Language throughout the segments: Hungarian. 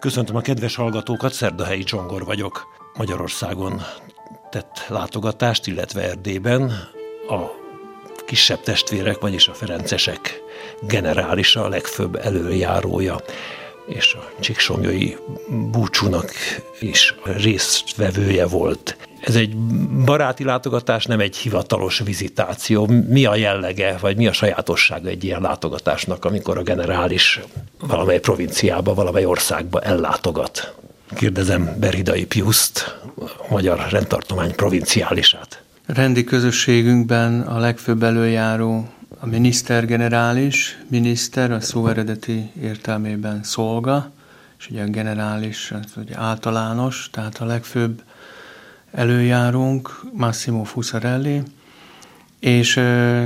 Köszöntöm a kedves hallgatókat, Szerdahelyi Csongor vagyok. Magyarországon tett látogatást, illetve Erdélyben a kisebb testvérek, vagyis a ferencesek generálisa, a legfőbb elöljárója, és a csíksomlyai búcsúnak is résztvevője volt. Ez egy baráti látogatás, nem egy hivatalos vizitáció. Mi a jellege, vagy mi a sajátossága egy ilyen látogatásnak, amikor a generális valamely provinciába, valamely országba ellátogat? Kérdezem Berhidai Piuszt, a Magyar Rendtartomány provinciálisát. Rendi közösségünkben a legfőbb elöljáró a minisztergenerális, miniszter a szó eredeti értelmében szolga, és ugye a generális az ugye általános, tehát a legfőbb előjárunk, Massimo Fusarelli, és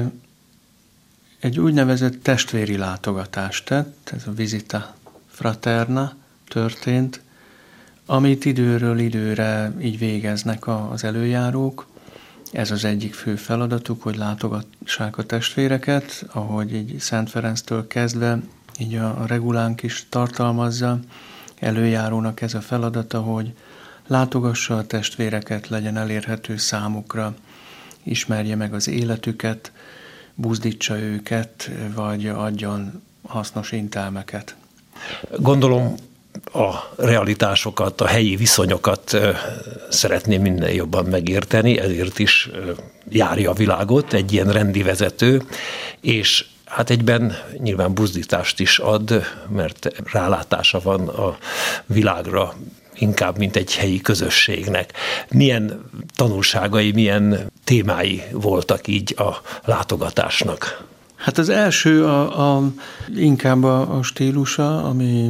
egy úgynevezett testvéri látogatást tett, ez a visita fraterna történt, amit időről időre így végeznek az előjárók. Ez az egyik fő feladatuk, hogy látogassák a testvéreket, ahogy így Szent Ferenctől kezdve, így a regulánk is tartalmazza. Előjárónak ez a feladata, hogy látogassa a testvéreket, legyen elérhető számukra, ismerje meg az életüket, buzdítsa őket, vagy adjon hasznos intelmeket. Gondolom a realitásokat, a helyi viszonyokat szeretném minél jobban megérteni, ezért is járja a világot egy ilyen rendi vezető, és hát egyben nyilván buzdítást is ad, mert rálátása van a világra, inkább, mint egy helyi közösségnek. Milyen tanulságai, milyen témái voltak így a látogatásnak? Hát az első inkább a stílusa,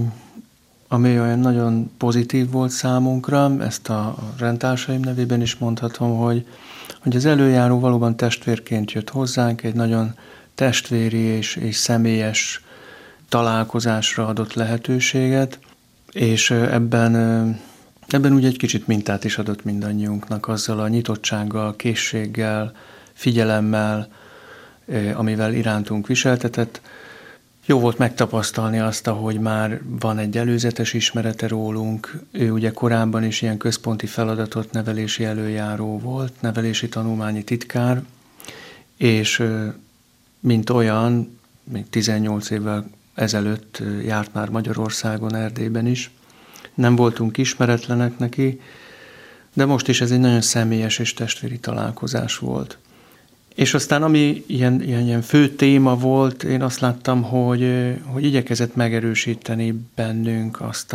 ami olyan nagyon pozitív volt számunkra, ezt a rendtársaim nevében is mondhatom, hogy az előjáró valóban testvérként jött hozzánk, egy nagyon testvéri és személyes találkozásra adott lehetőséget, és ebben ugye egy kicsit mintát is adott mindannyiunknak azzal a nyitottsággal, készséggel, figyelemmel, amivel irántunk viseltetett. Jó volt megtapasztalni azt, ahogy már van egy előzetes ismerete rólunk. Ő ugye korábban is ilyen központi feladatot, nevelési előjáró volt, nevelési tanulmányi titkár, és mint olyan, még 18 évvel ezelőtt járt már Magyarországon, Erdélyben is. Nem voltunk ismeretlenek neki, de most is ez egy nagyon személyes és testvéri találkozás volt. És aztán ami ilyen fő téma volt, én azt láttam, hogy igyekezett megerősíteni bennünk azt,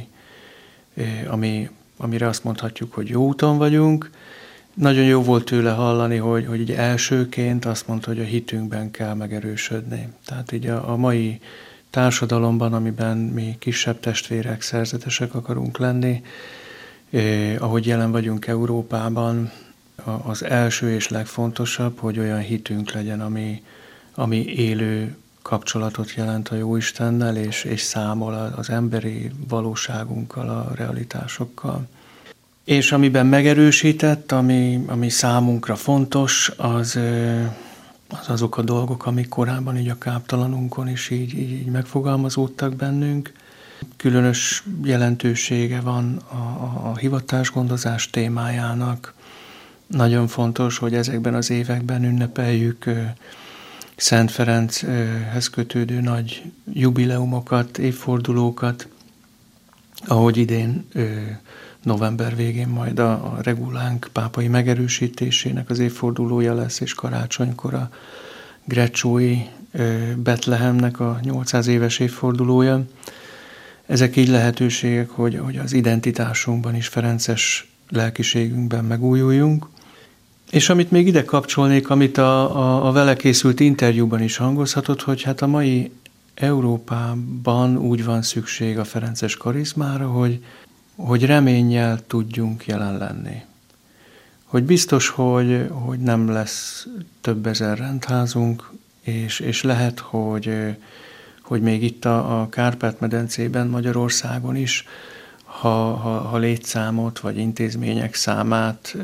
amire azt mondhatjuk, hogy jó úton vagyunk. Nagyon jó volt tőle hallani, hogy így elsőként azt mondta, hogy a hitünkben kell megerősödni. Tehát így a mai társadalomban, amiben mi kisebb testvérek, szerzetesek akarunk lenni, ahogy jelen vagyunk Európában, az első és legfontosabb, hogy olyan hitünk legyen, ami élő kapcsolatot jelent a Jóistennel, és számol az emberi valóságunkkal, a realitásokkal. És amiben megerősített, ami számunkra fontos, az azok a dolgok, amik korábban így a káptalanunkon is így megfogalmazódtak bennünk. Különös jelentősége van a hivatásgondozás témájának. Nagyon fontos, hogy ezekben az években ünnepeljük Szent Ferenchez kötődő nagy jubileumokat, évfordulókat, ahogy idén november végén majd a regulánk pápai megerősítésének az évfordulója lesz, és karácsonykor a Grecsói Betlehemnek a 800 éves évfordulója. Ezek így lehetőségek, hogy az identitásunkban is, ferences lelkiségünkben megújuljunk. És amit még ide kapcsolnék, amit a vele készült interjúban is hangozhatott, hogy hát a mai Európában úgy van szükség a ferences karizmára, hogy reménnyel tudjunk jelen lenni. Hogy biztos, hogy nem lesz több ezer rendházunk, és lehet, hogy még itt a Kárpát-medencében, Magyarországon is, ha létszámot vagy intézmények számát,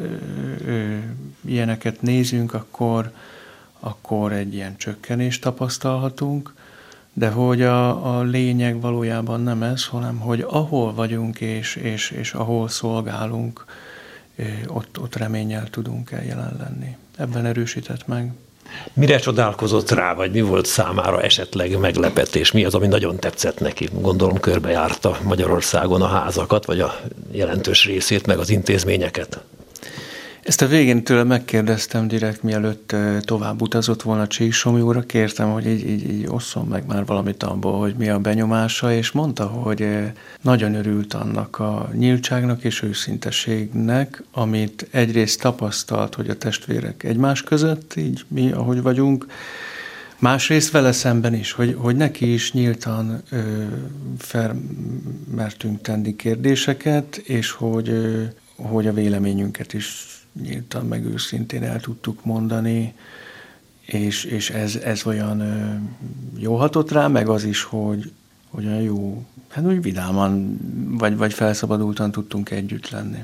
ilyeneket nézünk, akkor egy ilyen csökkenést tapasztalhatunk, de hogy a lényeg valójában nem ez, hanem hogy ahol vagyunk és ahol szolgálunk, ott reménnyel tudunk el jelen lenni. Ebben erősített meg. Mire csodálkozott rá, vagy mi volt számára esetleg meglepetés? Mi az, ami nagyon tetszett neki? Gondolom körbejárta Magyarországon a házakat, vagy a jelentős részét, meg az intézményeket. Ezt a végén tőle megkérdeztem direkt, mielőtt tovább utazott volna Csíksomi úrra, kértem, hogy így osszon meg már valamit abból, hogy mi a benyomása, és mondta, hogy nagyon örült annak a nyíltságnak és őszintességnek, amit egyrészt tapasztalt, hogy a testvérek egymás között, így mi, ahogy vagyunk, másrészt vele szemben is, hogy neki is nyíltan felmertünk tenni kérdéseket, és hogy a véleményünket is nyíltan meg őszintén el tudtuk mondani, és ez olyan jó hatott rá, meg az is, hogy olyan jó, hát úgy vidáman, vagy felszabadultan tudtunk együtt lenni.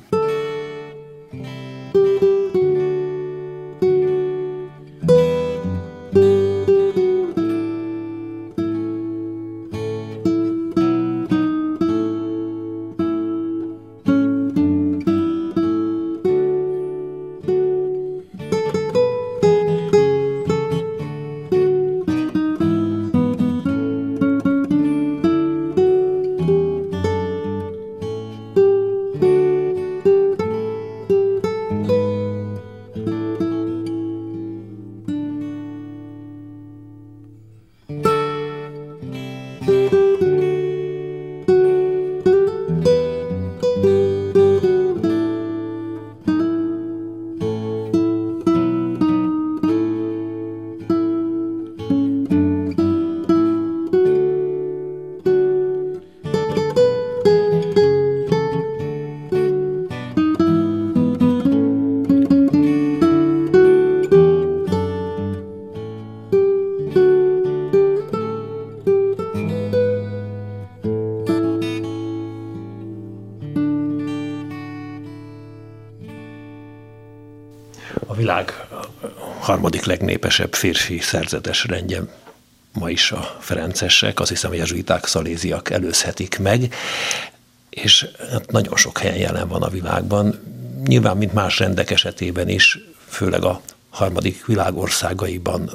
A világ harmadik legnépesebb férfi szerzetes rendje ma is a ferencesek, azt hiszem, a jezsuiták, szaléziak előzhetik meg, és nagyon sok helyen jelen van a világban. Nyilván, mint más rendek esetében is, főleg a harmadik világ országaiban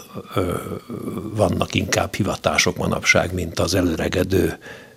vannak inkább hivatások manapság, mint az előregedő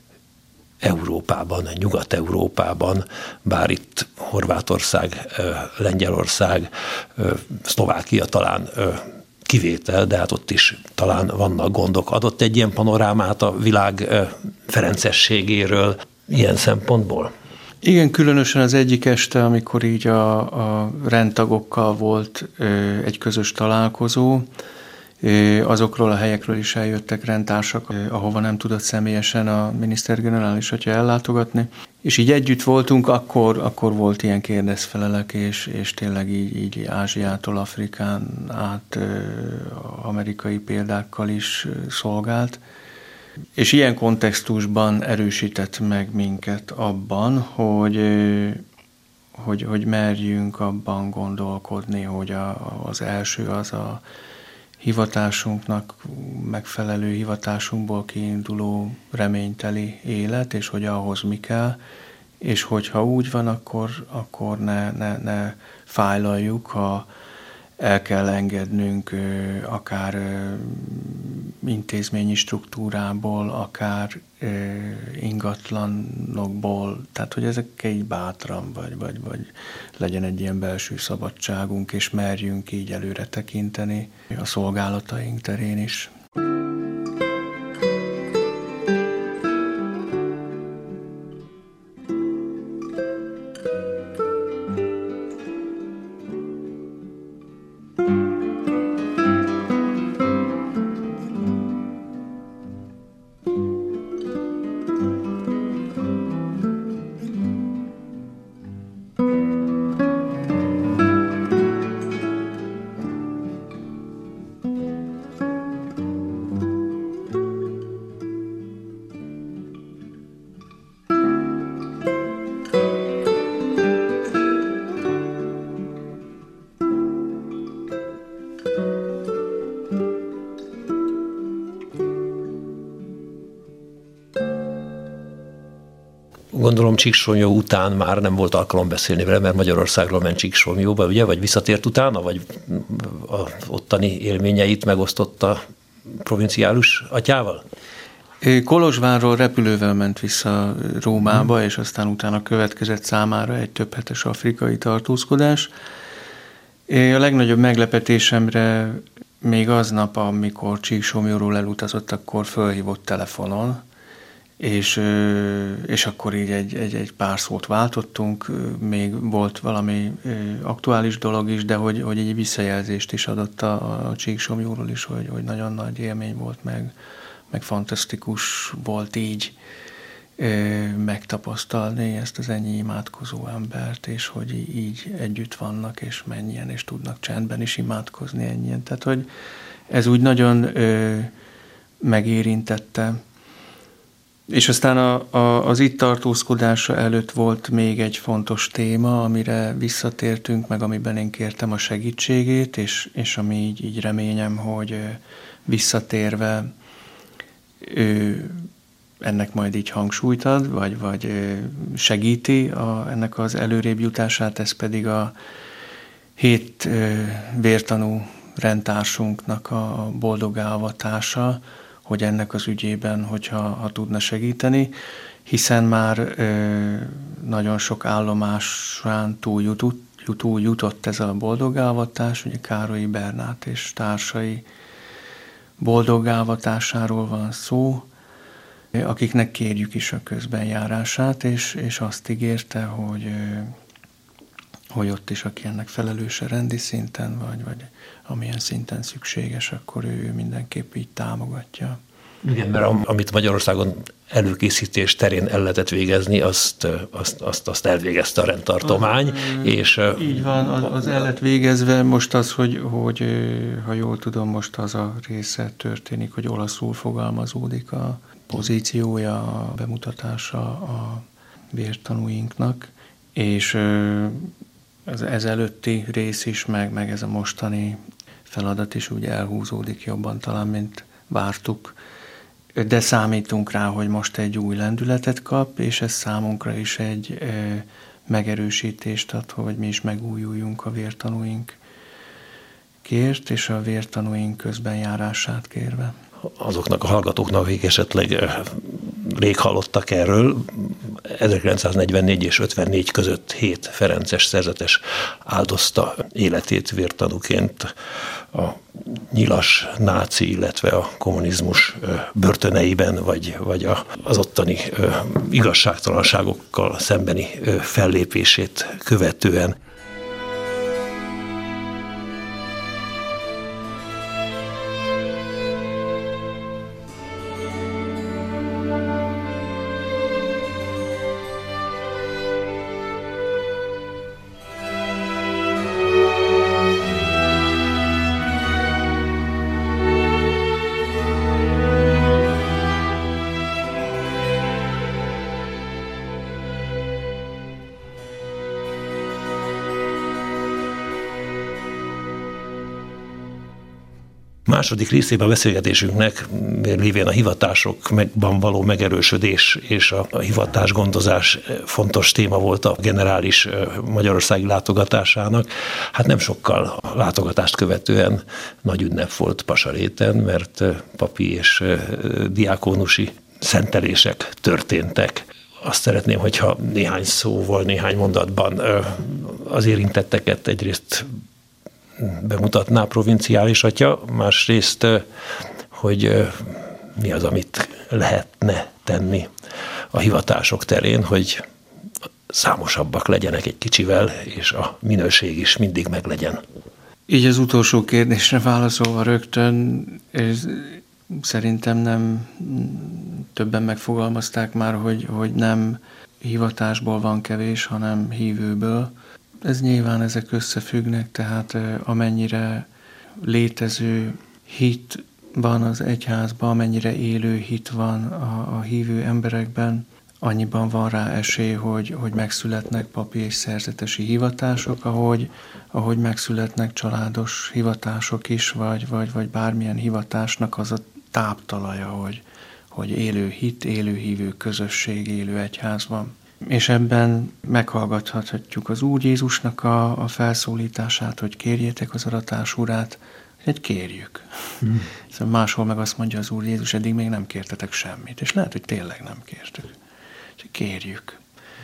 Európában, Nyugat-Európában, bár itt Horvátország, Lengyelország, Szlovákia talán kivétel, de hát ott is talán vannak gondok. Adott egy ilyen panorámát a világ ferencességéről ilyen szempontból? Igen, különösen az egyik este, amikor így a rendtagokkal volt egy közös találkozó, azokról a helyekről is eljöttek rendtársak, ahova nem tudott személyesen a minisztergenerális atya ellátogatni. És így együtt voltunk, akkor volt ilyen kérdezfelelek, és tényleg így Ázsiától Afrikán át amerikai példákkal is szolgált. És ilyen kontextusban erősített meg minket abban, hogy merjünk abban gondolkodni, hogy az első az a hivatásunknak megfelelő hivatásunkból kiinduló reményteli élet, és hogy ahhoz mi kell, és hogyha úgy van, akkor ne fájlaljuk, ha el kell engednünk akár intézményi struktúrából, akár ingatlanokból, tehát hogy ezek így bátran, vagy legyen egy ilyen belső szabadságunk, és merjünk így előre tekinteni a szolgálataink terén is. Gondolom Csíksomlyó után már nem volt alkalom beszélni vele, mert Magyarországról ment Csíksomlyóba, ugye, vagy visszatért utána, vagy az ottani élményeit megosztotta provinciálus atyával? Kolozsvárról repülővel ment vissza Rómába, és aztán utána következett számára egy több hetes afrikai tartózkodás. A legnagyobb meglepetésemre még aznap, amikor Csíksomlyóról elutazott, akkor fölhívott telefonon, és akkor így egy pár szót váltottunk, még volt valami aktuális dolog is, de hogy egy visszajelzést is adott a Csíksomlyóról is, hogy nagyon nagy élmény volt, meg fantasztikus volt így megtapasztalni ezt az ennyi imádkozó embert, és hogy így együtt vannak, és mennyien, és tudnak csendben is imádkozni ennyien. Tehát, hogy ez úgy nagyon megérintette. És aztán az itt tartózkodása előtt volt még egy fontos téma, amire visszatértünk, meg amiben én kértem a segítségét, és ami így reményem, hogy visszatérve ő ennek majd így hangsúlyt ad, vagy segíti ennek az előrébb jutását, ez pedig a 7 vértanú rendtársunknak a boldoggá avatása, hogy ennek az ügyében, hogyha tudna segíteni, hiszen már nagyon sok állomásán túl jutott ez a boldoggá avatás, ugye Károlyi Bernát és társai boldoggá avatásáról van szó, akiknek kérjük is a közbenjárását, és azt ígérte, hogy ott is, aki ennek felelőse rendi szinten, vagy amilyen szinten szükséges, akkor ő mindenképp így támogatja. Igen, mert amit Magyarországon előkészítés terén el lehetett végezni, azt elvégezte a rendtartomány. Így van, az el lett végezve. Most az, hogy ha jól tudom, most az a része történik, hogy olaszul fogalmazódik a pozíciója, a bemutatása a vértanúinknak, és ez előtti rész is, meg ez a mostani feladat is úgy elhúzódik jobban talán, mint vártuk. De számítunk rá, hogy most egy új lendületet kap, és ez számunkra is egy megerősítést ad, hogy mi is megújuljunk a vértanúinkért, és a vértanúink közbenjárását kérve. Azoknak a hallgatóknak, akik esetleg rég hallottak erről, 1944 és 54 között 7 ferences szerzetes áldozta életét vértanúként a nyilas náci, illetve a kommunizmus börtöneiben, vagy az ottani igazságtalanságokkal szembeni fellépését követően. Második részében a beszélgetésünknek, lévén a hivatásokban való megerősödés és a hivatásgondozás fontos téma volt a generális magyarországi látogatásának. Hát nem sokkal a látogatást követően nagy ünnep volt Pasaréten, mert papi és diákonusi szentelések történtek. Azt szeretném, hogyha néhány szóval, néhány mondatban az érintetteket egyrészt bemutatná a provinciális atya, másrészt, hogy mi az, amit lehetne tenni a hivatások terén, hogy számosabbak legyenek egy kicsivel, és a minőség is mindig meglegyen. Így az utolsó kérdésre válaszolva rögtön, szerintem nem többen megfogalmazták már, hogy nem hivatásból van kevés, hanem hívőből. Ez nyilván ezek összefüggnek, tehát amennyire létező hit van az egyházban, amennyire élő hit van a hívő emberekben, annyiban van rá esély, hogy megszületnek papi és szerzetesi hivatások, ahogy megszületnek családos hivatások is, vagy bármilyen hivatásnak az a táptalaja, hogy élő hit, élő hívő közösség, élő egyház van. és ebben meghallgathatjuk az Úr Jézusnak a felszólítását, hogy kérjétek az aratás urát, hogy kérjük. Szóval máshol meg azt mondja az Úr Jézus, eddig még nem kértetek semmit, és lehet, hogy tényleg nem kértük. És kérjük.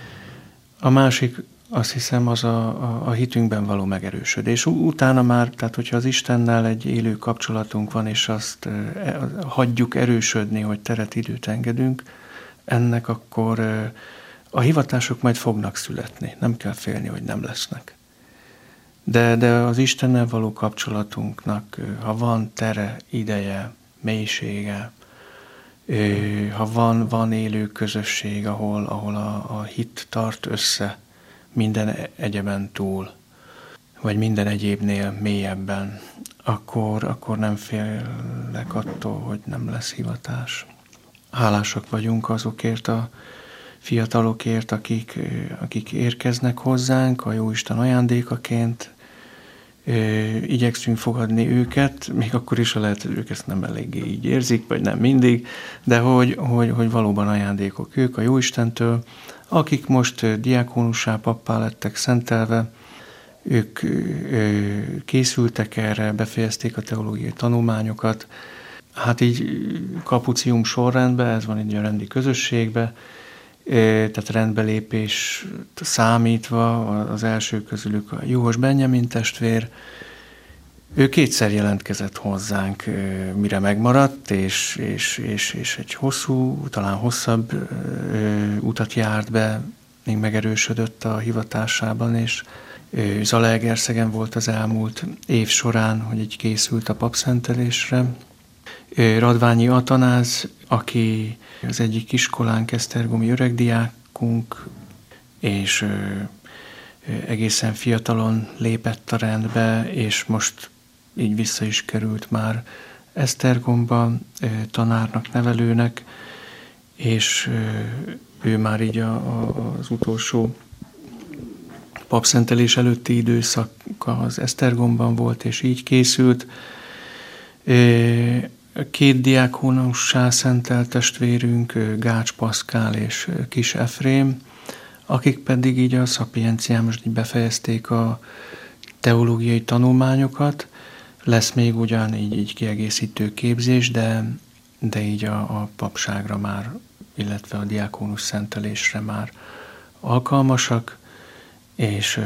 A másik, azt hiszem, az a hitünkben való megerősödés. Utána már, tehát hogyha az Istennel egy élő kapcsolatunk van, és azt hagyjuk erősödni, hogy teret, időt engedünk, ennek akkor a hivatások majd fognak születni. Nem kell félni, hogy nem lesznek. De az Istennel való kapcsolatunknak, ha van tere, ideje, mélysége, ha van élő közösség, ahol a hit tart össze minden egyeben túl, vagy minden egyébnél mélyebben, akkor nem félek attól, hogy nem lesz hivatás. Hálásak vagyunk azokért a fiatalokért, akik érkeznek hozzánk a Jóisten ajándékaként. Igyekszünk fogadni őket, még akkor is, ha lehet, hogy ők ezt nem eléggé így érzik, vagy nem mindig, de hogy valóban ajándékok ők a Jóistentől, akik most diákonussá, pappá lettek szentelve, ők készültek erre, befejezték a teológiai tanulmányokat, hát így kapucium sorrendben, ez van így a rendi közösségben, tehát rendbelépés számítva, az első közülük a Juhos Benjamin testvér, ő kétszer jelentkezett hozzánk, mire megmaradt, és egy hosszú, talán hosszabb utat járt be, még megerősödött a hivatásában, és Zalaegerszegen volt az elmúlt év során, hogy így készült a papszentelésre. Radványi Atanáz, aki az egyik iskolánk, esztergomi öregdiákunk, és egészen fiatalon lépett a rendbe, és most így vissza is került már Esztergomba tanárnak, nevelőnek, és ő már így az utolsó papszentelés előtti időszaka az Esztergomban volt, és így készült. Két diákonussá szentelt testvérünk, Gács Paszkál és Kis Efrém, akik pedig így a szapiencián most így befejezték a teológiai tanulmányokat. Lesz még ugyan így kiegészítő képzés, de így a papságra már, illetve a diákonus szentelésre már alkalmasak, és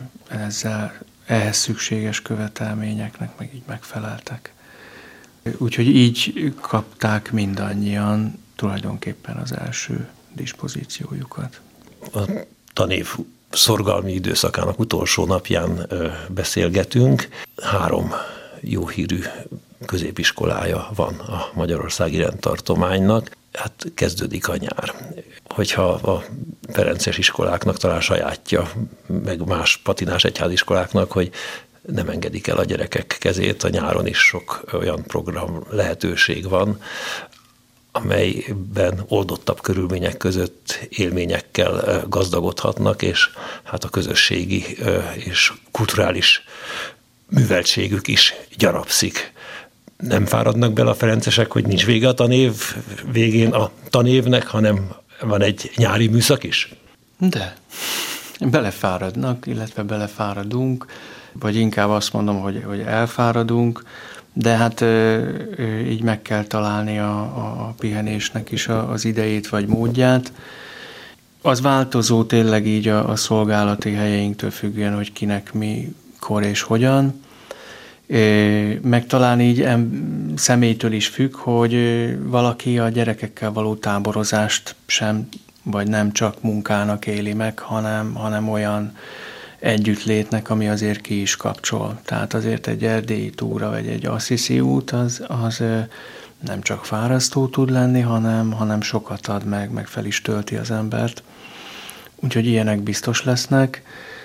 ehhez szükséges követelményeknek meg így megfeleltek. Úgyhogy így kapták mindannyian tulajdonképpen az első dispozíciójukat. A tanév szorgalmi időszakának utolsó napján beszélgetünk. 3 jó hírű középiskolája van a Magyarországi rendtartománynak. Hát kezdődik a nyár. Hogyha a ferences iskoláknak talán sajátja, meg más patinás egyháziskoláknak, hogy nem engedik el a gyerekek kezét, a nyáron is sok olyan program lehetőség van, amelyben oldottabb körülmények között élményekkel gazdagodhatnak, és hát a közösségi és kulturális műveltségük is gyarapszik. Nem fáradnak bele a ferencesek, hogy nincs vége a tanév végén a tanévnek, hanem van egy nyári műszak is? De belefáradnak, illetve belefáradunk, vagy inkább azt mondom, hogy elfáradunk, de hát így meg kell találni a pihenésnek is az idejét vagy módját. Az változó tényleg így a szolgálati helyeinktől függően, hogy kinek mikor és hogyan. Meg talán így személytől is függ, hogy valaki a gyerekekkel való táborozást sem, vagy nem csak munkának éli meg, hanem olyan együttlétnek, ami azért ki is kapcsol. Tehát azért egy erdélyi túra, vagy egy Assisi út, az nem csak fárasztó tud lenni, hanem sokat ad meg fel is tölti az embert. Úgyhogy ilyenek biztos lesznek.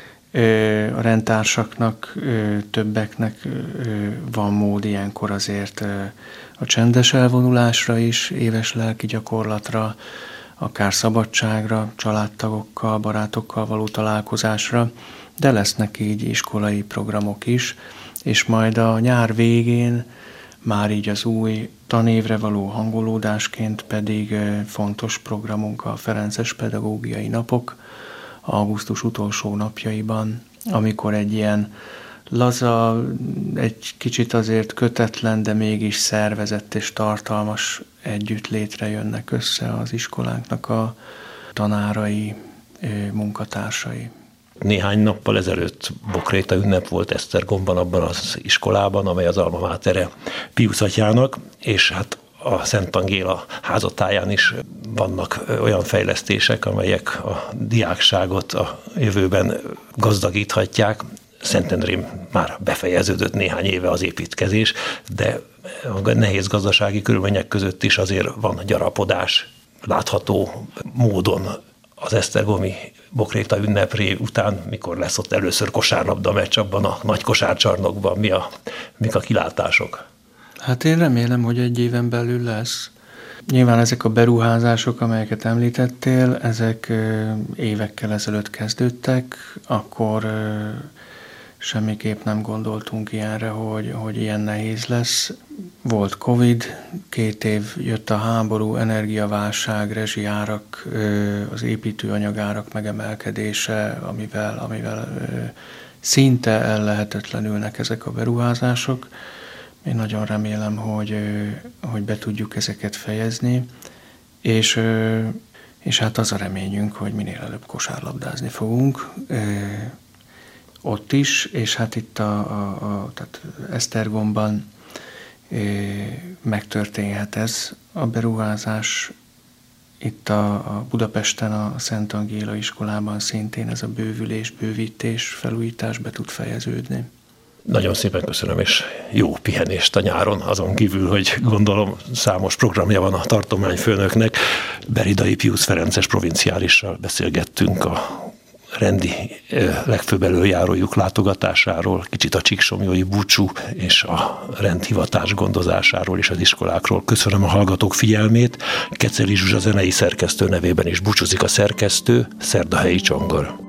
A rendtársaknak, többeknek van mód ilyenkor azért a csendes elvonulásra is, éves lelki gyakorlatra, akár szabadságra, családtagokkal, barátokkal való találkozásra, de lesznek így iskolai programok is, és majd a nyár végén már így az új tanévre való hangolódásként pedig fontos programunk a Ferences Pedagógiai Napok, augusztus utolsó napjaiban, amikor egy ilyen laza, egy kicsit azért kötetlen, de mégis szervezett és tartalmas együttlétre jönnek össze az iskolánknak a tanárai, munkatársai. Néhány nappal ezelőtt Bokréta ünnep volt Esztergomban, abban az iskolában, amely az alma mátere Piusz atyának, és hát a Szent Angéla házatáján is vannak olyan fejlesztések, amelyek a diákságot a jövőben gazdagíthatják. Szentendrén már befejeződött néhány éve az építkezés, de a nehéz gazdasági körülmények között is azért van gyarapodás látható módon az esztergomi Bokréta ünnepré után, mikor lesz ott először kosárlabda meccs abban a nagy kosárcsarnokban, mik a kilátások? Hát én remélem, hogy egy éven belül lesz. Nyilván ezek a beruházások, amelyeket említettél, ezek évekkel ezelőtt kezdődtek, akkor semmiképp nem gondoltunk ilyenre, hogy ilyen nehéz lesz. Volt Covid, 2 év jött a háború, energiaválság, rezsiárak, az építőanyagárak megemelkedése, amivel szinte ellehetetlenülnek ezek a beruházások. Én nagyon remélem, hogy be tudjuk ezeket fejezni, és hát az a reményünk, hogy minél előbb kosárlabdázni fogunk, ott is, és hát itt tehát Esztergomban megtörténhet ez a beruházás. Itt a Budapesten a Szent Angéla iskolában szintén ez a bővülés, bővítés, felújítás be tud fejeződni. Nagyon szépen köszönöm, és jó pihenést a nyáron, azon kívül, hogy gondolom számos programja van a tartományfőnöknek. Beridai Piusz Ferences provinciálissal beszélgettünk a rendi legfőbb elöljárójuk látogatásáról, kicsit a csíksomlyói búcsú és a rendhivatás gondozásáról és az iskolákról. Köszönöm a hallgatók figyelmét. Keceli Zsuzsa zenei szerkesztő nevében is búcsúzik a szerkesztő, Szerdahelyi Csongor.